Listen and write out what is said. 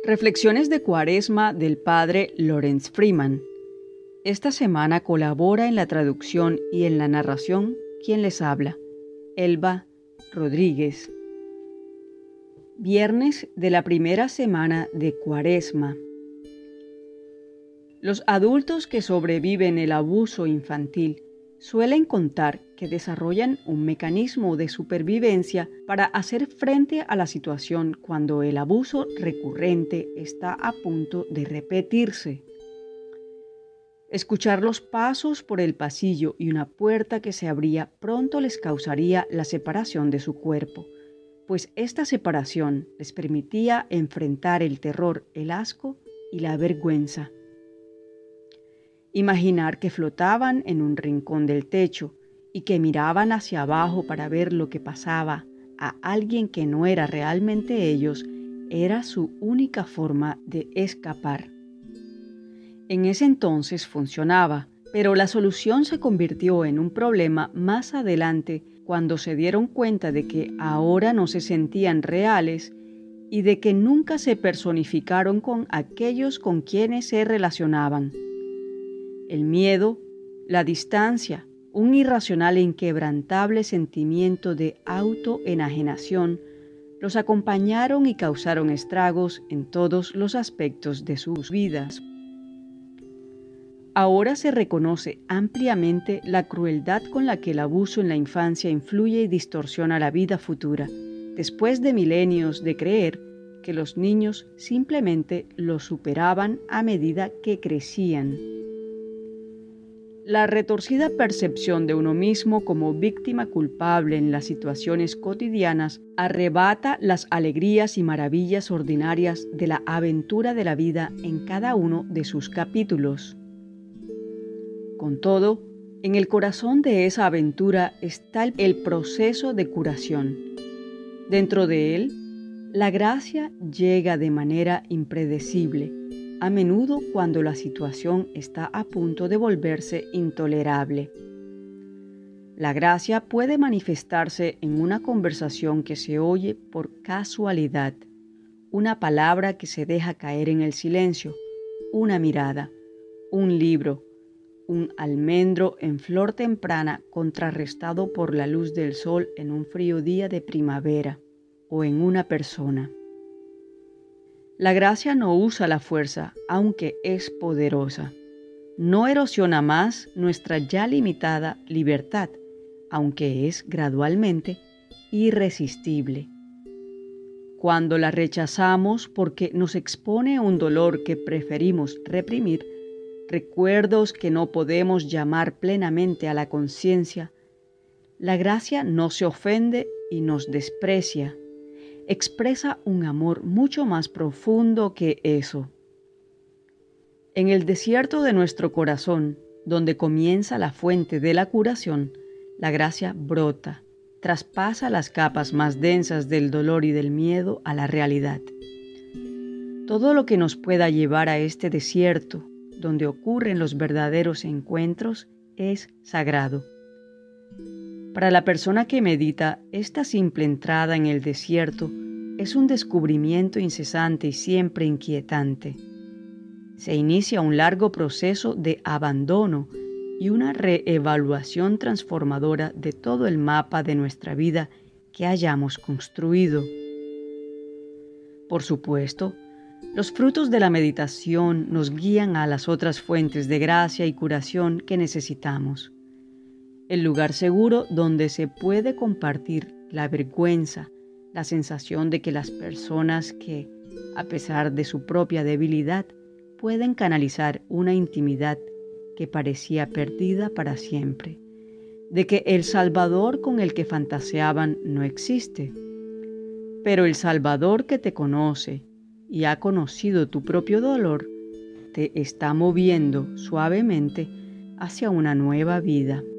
Reflexiones de Cuaresma del padre Lorenz Freeman. Esta semana colabora en la traducción y en la narración quien les habla, Elba Rodríguez. Viernes de la primera semana de Cuaresma. Los adultos que sobreviven el abuso infantil suelen contar que desarrollan un mecanismo de supervivencia para hacer frente a la situación cuando el abuso recurrente está a punto de repetirse. Escuchar los pasos por el pasillo y una puerta que se abría pronto les causaría la separación de su cuerpo, pues esta separación les permitía enfrentar el terror, el asco y la vergüenza. Imaginar que flotaban en un rincón del techo y que miraban hacia abajo para ver lo que pasaba a alguien que no era realmente ellos era su única forma de escapar. En ese entonces funcionaba, pero la solución se convirtió en un problema más adelante cuando se dieron cuenta de que ahora no se sentían reales y de que nunca se personificaron con aquellos con quienes se relacionaban. El miedo, la distancia, un irracional e inquebrantable sentimiento de autoenajenación los acompañaron y causaron estragos en todos los aspectos de sus vidas. Ahora se reconoce ampliamente la crueldad con la que el abuso en la infancia influye y distorsiona la vida futura, después de milenios de creer que los niños simplemente lo superaban a medida que crecían. La retorcida percepción de uno mismo como víctima culpable en las situaciones cotidianas arrebata las alegrías y maravillas ordinarias de la aventura de la vida en cada uno de sus capítulos. Con todo, en el corazón de esa aventura está el proceso de curación. Dentro de él, la gracia llega de manera impredecible, a menudo cuando la situación está a punto de volverse intolerable. La gracia puede manifestarse en una conversación que se oye por casualidad, una palabra que se deja caer en el silencio, una mirada, un libro, un almendro en flor temprana contrarrestado por la luz del sol en un frío día de primavera, o en una persona. La gracia no usa la fuerza, aunque es poderosa. No erosiona más nuestra ya limitada libertad, aunque es gradualmente irresistible. Cuando la rechazamos porque nos expone a un dolor que preferimos reprimir, recuerdos que no podemos llamar plenamente a la conciencia, la gracia no se ofende y nos desprecia. Expresa un amor mucho más profundo que eso. En el desierto de nuestro corazón, donde comienza la fuente de la curación, la gracia brota, traspasa las capas más densas del dolor y del miedo a la realidad. Todo lo que nos pueda llevar a este desierto, donde ocurren los verdaderos encuentros, es sagrado. Para la persona que medita, esta simple entrada en el desierto es un descubrimiento incesante y siempre inquietante. Se inicia un largo proceso de abandono y una reevaluación transformadora de todo el mapa de nuestra vida que hayamos construido. Por supuesto, los frutos de la meditación nos guían a las otras fuentes de gracia y curación que necesitamos. El lugar seguro donde se puede compartir la vergüenza, la sensación de que las personas que, a pesar de su propia debilidad, pueden canalizar una intimidad que parecía perdida para siempre, de que el Salvador con el que fantaseaban no existe. Pero el Salvador que te conoce y ha conocido tu propio dolor, te está moviendo suavemente hacia una nueva vida.